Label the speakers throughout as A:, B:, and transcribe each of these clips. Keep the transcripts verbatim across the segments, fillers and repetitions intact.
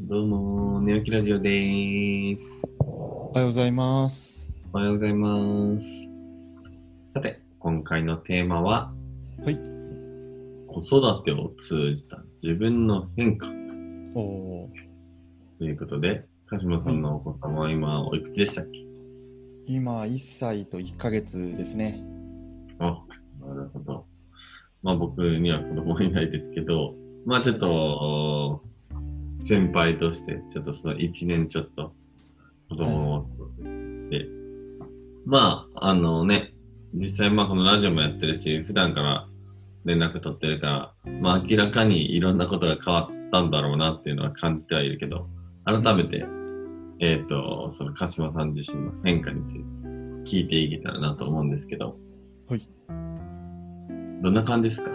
A: どうも、寝起きラジオでーす。
B: おはようございます。
A: おはようございます。さて、今回のテーマは、
B: はい。
A: 子育てを通じた自分の変化
B: おー、
A: ということで、鹿島さ
B: はい。
A: んのお子様は今おいくつでしたっけ？
B: 今、いっさいといっかげつですね。
A: あ、なるほど。まあ僕には子供いないですけど、まあちょっ
B: はい。
A: と、先輩として、ちょっとそのいちねんちょっと子
B: はいはい。
A: 供を育てて、まあ、あのね、実際まあこのラジオもやってるし、普段から連絡取ってるから、まあ明らかにいろんなことが変わったんだろうなっていうのは感じてはいるけど、改
B: うん。
A: めて、えっと、その鹿島さん自身の変化について聞いていけたらなと思うんですけど、
B: はい。
A: どんな感じですか？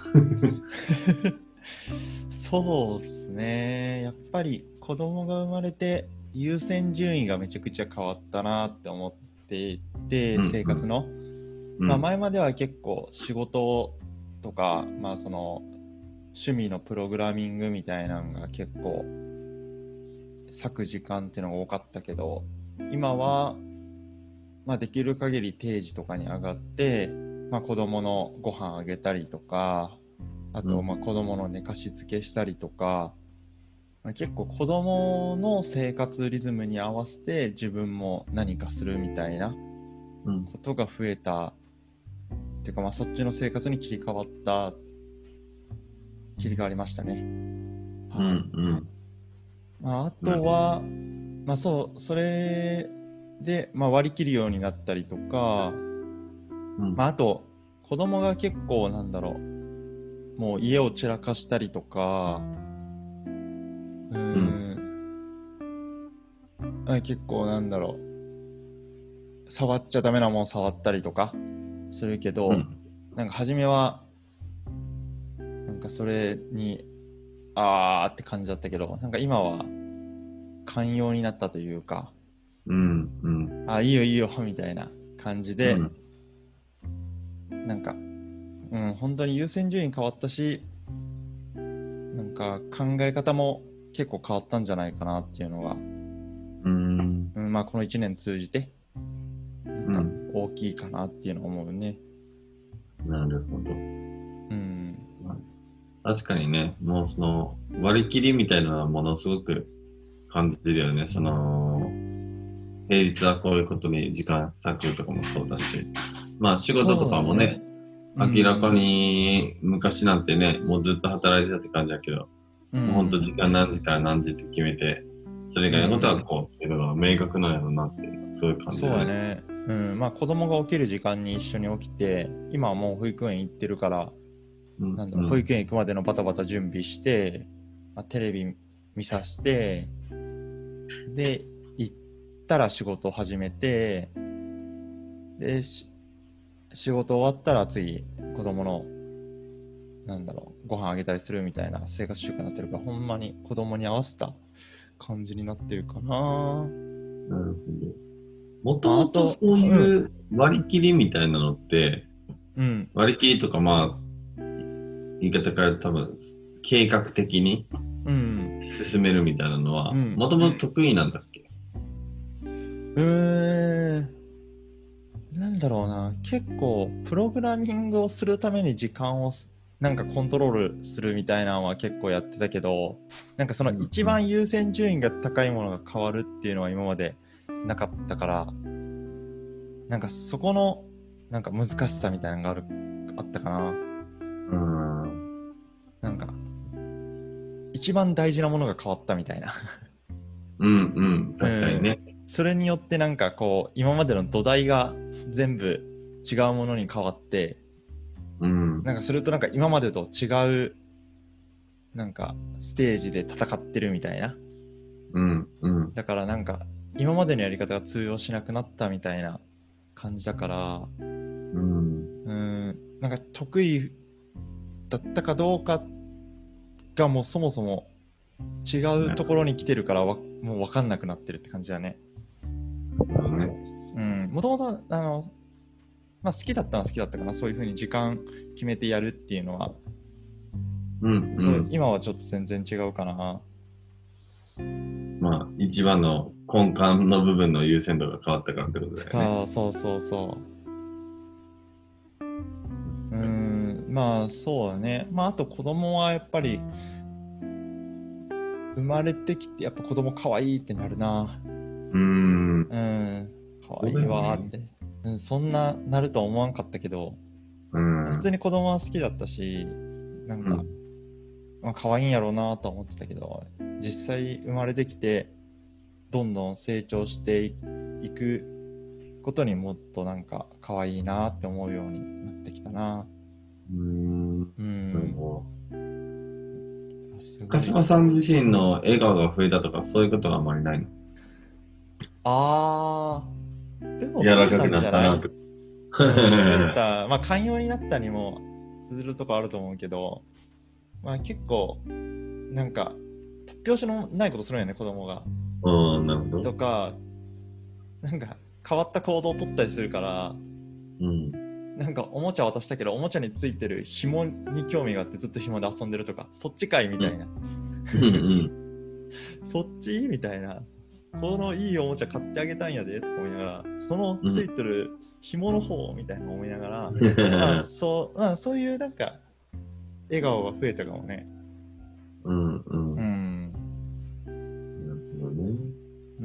B: そうっすね。やっぱり子供が生まれて優先順位がめちゃくちゃ変わったなって思っていて、
A: うんうん
B: 生活の。まあ
A: うん。
B: 前までは結構仕事とか、まあその趣味のプログラミングみたいなのが結構割く時間っていうのが多かったけど、今はまあ、できる限り定時とかに上がって、まあ、子供のご飯あげたりとか、あ
A: うん
B: とまあ子供の寝かしつけしたりとか、まあ、結構子供の生活リズムに合わせて自分も何かするみたいな
A: うん
B: ことが増えたっていうか、まあそっちの生活に切り替わった切り替わりましたね。
A: う
B: はい。
A: ん
B: まあ、あ
A: うん。
B: とはまあそうそれで、まあ、割り切るようになったりとか、
A: うん
B: まあ、あと子供が結構なんだろう、もう家を散らかしたりとか、うー
A: うん
B: ん、結構なんだろう、触っちゃダメなもん触ったりとかするけど、
A: うん
B: なんか初めは、なんかそれに、あーって感じだったけど、なんか今は寛容になったというか、
A: うんうん
B: あーいいよいいよみたいな感じで、
A: うん
B: なんか、うん、本当に優先順位変わったし、なんか考え方も結構変わったんじゃないかなっていうのが、
A: うん
B: うん、まあこのいちねん通じて、なんか
A: うん。
B: 大きいかなっていうのを思うね。
A: なるほど。
B: うん。
A: 確かにね、もうその割り切りみたいなのはものすごく感じるよね。その、平日はこういうことに時間割くとかもそうだし、まあ仕事と
B: そうだね。
A: かもね、
B: う
A: 明らか
B: ん。
A: に昔なんてね、もうずっと働いてたって感じだけど、
B: う
A: もうほんと
B: ん。
A: 時間何時から何時って決めて、それ以
B: う
A: 外のことは
B: ん。
A: こうっていうのが明確なんやろうなっていうのはすごい感じるね。
B: そうやね。うん。まあ子供が起きる時間に一緒に起きて、今はもう保育園行ってるから、
A: うん
B: なんだろう、保
A: うん
B: 育園行くまでのバタバタ準備して、まあ、テレビ見させて、で、行ったら仕事を始めて、で、し仕事終わったら次、子供の、なんだろう、ご飯あげたりするみたいな生活習慣になってるから、ほんまに子供に合わせた感じになってるかな。
A: なるほど。もと
B: まあ、あ
A: もと
B: と、
A: そう
B: うん、
A: いう割り切りみたいなのって、
B: うん、
A: 割り切りとかまあ言い方から多分、計画的に
B: うん、
A: 進めるみたいなのは、
B: うん。
A: もともと得意なんだっけ？
B: うーん、なんだろうな。結構、プログラミングをするために時間をなんかコントロールするみたいなのは結構やってたけど、なんかその
A: うんうん。
B: 一番優先順位が高いものが変わるっていうのは今までなかったから、なんかそこの、なんか難しさみたいなのがある、あったかな。
A: うーん。
B: なんか、一番大事なものが変わったみたいな。
A: うんうん。
B: うん。
A: 確かにね。
B: それによってなんかこう、今までの土台が全部違うものに変わって、
A: うん。
B: なんかするとなんか今までと違う、なんかステージで戦ってるみたいな。
A: うんうん。
B: だからなんか、今までのやり方が通用しなくなったみたいな感じだから、
A: うん。
B: うん、なんか得意だったかどうかがもうそもそも違うところに来てるからわもう分かんなくなってるって感じだね。
A: なるほどね。
B: うん。もともと、あの、まあ好きだったのは好きだったかな。そういう風に時間決めてやるっていうのは。
A: うんう
B: けど
A: ん。
B: 今はちょっと全然違うかな。
A: まあ、一番の根幹の部分の優先度が変わったからってことだよね。
B: かそうそうそう。うーん、まあそうだね。まああと子供はやっぱり生まれてきてやっぱ子供可愛いってなるな。
A: うーん。
B: うん、可愛い
A: そうだよね。
B: わーって、うん。そんななるとは思わんかったけど、
A: うん。
B: 普通に子供は好きだったし、なんか、
A: うん。
B: まあ可愛いんやろうなとは思ってたけど、実際生まれてきてどんどん成長していくことにもっとなんか可愛いなって思うようになってきたな。
A: うーん。
B: う
A: なる
B: ん。
A: ほど。
B: すごい。
A: 鹿島さん自身の笑顔が増えたとか、そういうことはあまりないの？
B: あー、でも増えた
A: 柔らかく
B: んじゃない？
A: なったなって。
B: うん、増えた。まあ寛容になったにもするとこあると思うけど、まあ結構なんか突拍子のないことするんよね、子供が。
A: うん、なるほど。
B: とか、なんか変わった行動を取ったりするから、
A: うん。
B: なんかおもちゃ渡したけどおもちゃについてる紐に興味があってずっと紐で遊んでるとか、そっちかいみたいな、
A: うんうん
B: そっちみたいな、このいいおもちゃ買ってあげたんやでとか思いながら、そのついてる紐の方みたいなの思いながら、まあそう、まあ、そういうなんか笑顔が増えたかもね。
A: うんうん。
B: う
A: なる
B: ん。
A: ほどね。
B: うん。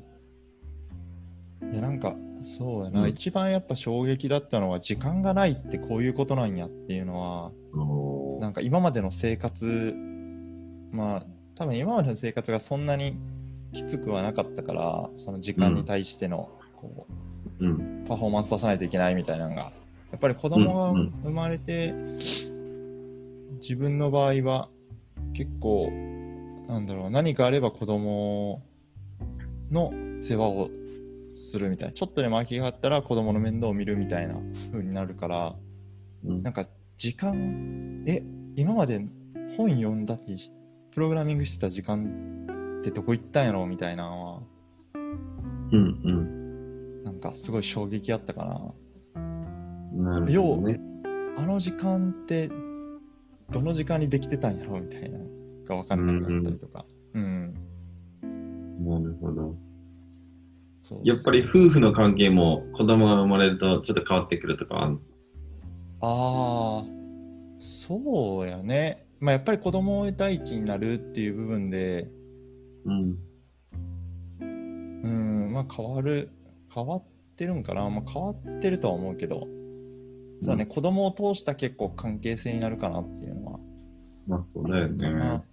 B: いやなんかそうやな、
A: うん
B: 一番やっぱ衝撃だったのは時間がないってこういうことなんやっていうのは、
A: おー
B: なんか今までの生活、まあ多分今までの生活がそんなにきつくはなかったから、その時間に対してのこう、
A: うん。
B: パフォーマンス出さないといけないみたいなのが、やっぱり子
A: うん
B: 供が
A: うん
B: 生まれて、自分の場合は結構なんだろう、何かあれば子供の世話をするみたいな、ちょっとでも空きがあったら子供の面倒を見るみたいな風になるから、
A: うん
B: なんか時間、え今まで本読んだりプログラミングしてた時間ってどこ行ったんやろみたいなのは
A: うんうん
B: なんかすごい衝撃あったかな。
A: なるほどね。
B: あの時間ってどの時間にできてたんやろみたいなが分かんなくなったりとか。うんうん、
A: なるほど。
B: そうそう、
A: やっぱり夫婦の関係も子供が生まれるとちょっと変わってくるとかある？
B: ああ、そうやね。まあやっぱり子供第一になるっていう部分で、
A: うん。
B: うん、まあ変わる、変わってるんかな。まあ変わってるとは思うけど、そうね、子供を通した結構関係性になるかなっていうのは。
A: まあそうだよね。なる
B: うん。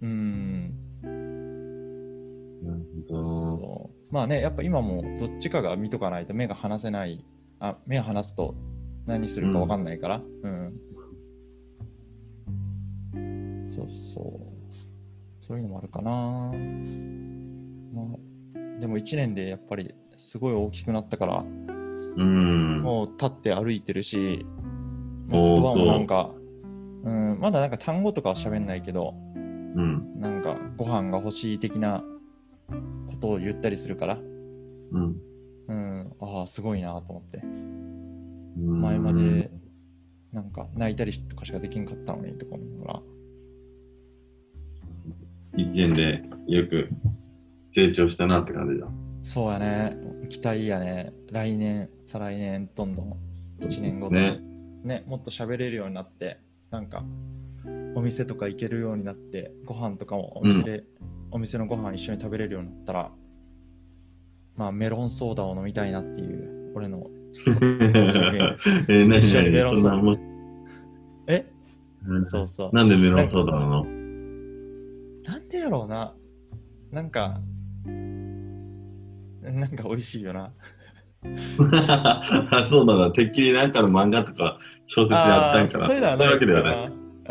A: ほど。
B: そう。まあね、やっぱ今もどっちかが見とかないと目が離せない。あ、目を離すと何するか分かんないから。うん。うん、そうそう。そういうのもあるかな。まあ、でもいちねんでやっぱりすごい大きくなったから、
A: うん。
B: もう立って歩いてるし、まあ、言葉もなんか、うん、まだなんか単語とかは喋んないけど、
A: うん。
B: なんかご飯が欲しい的なことを言ったりするから、
A: うん。
B: うん、ああすごいなと思って、
A: うん
B: 前までなんか泣いたりとかしかできんかったのにとか思うから、
A: 一年でよく成長したなって感じだ。
B: そうやね、期待やね。来年再来年どんどんいちねんごとに
A: ね。
B: ね、もっと喋れるようになって、なんかお店とか行けるようになって、ご飯とかもお店で、うん、お店のご飯一緒に食べれるようになったら、まあメロンソーダを飲みたいなっていう俺の
A: え、何
B: 一緒にメロンソーダ。
A: も
B: え、
A: うん、
B: そうそう。
A: なんでメロンソーダなの？
B: なんでやろうな。なんかなんか美味しいよな。
A: あ、そうなんだ。てっきりなんかの漫画とか小説やったんかな。
B: そういうのはない
A: わけではない。
B: うん。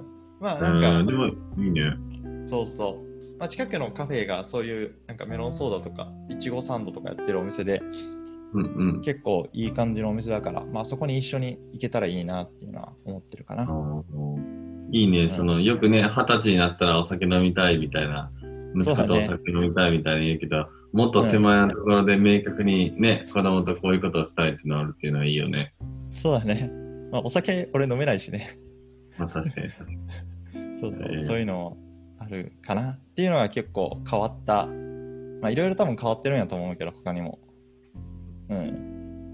B: まあなんか、
A: うん、でもいいね。
B: そうそう。まあ、近くのカフェがそういうなんかメロンソーダとかいちごサンドとかやってるお店で、
A: うんうん、
B: 結構いい感じのお店だから、まあそこに一緒に行けたらいいなっていうのは思ってるかな。
A: いいね、
B: うん、
A: そのよくね、二十歳になったらお酒飲みたいみたいな、息子とお酒飲みたいみたいに言うけど、ね、もっと手前のところで明確にね、うん、子供とこういうことをしたいっていうのがあるっていうのはいいよね。
B: そうだね。まあお酒俺飲めないしね。
A: まあ確かに確かに。
B: そうそう、えー、そういうのあるかなっていうのが結構変わった。まあいろいろ多分変わってるんやと思うけど、他にも。うん。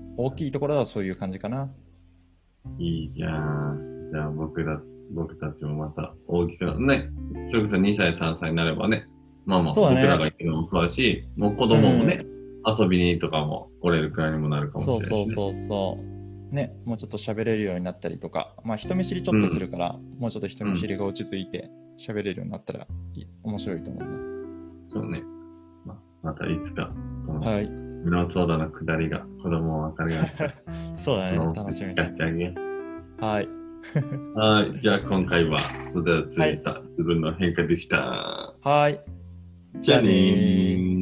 B: 大きいところはそういう感じかな。
A: いいじゃん。じゃあ僕ら、僕たちもまた大きくなるね。それこそにさい、さんさいになればね。まあまあ、
B: そうだね
A: 僕らが行くのもそうだし、もう子供もね、遊びにとかも来れるくらいにもなるかもしれないし、ね。
B: そうそうそうそう。ね、もうちょっと喋れるようになったりとか、まあ人見知りちょっとするから、うん、もうちょっと人見知りが落ち着いて喋れるようになったらいい面白いと思うな。
A: そうね。まあ、またいつか、この、
B: はい。
A: メロンソーダのくだりが子供を分かるようになった。
B: そうだね、楽しみに。
A: してあげ
B: はい。
A: はい。じゃあ今回は、それではついた自分の変化でした。
B: はい。
A: じゃあねー。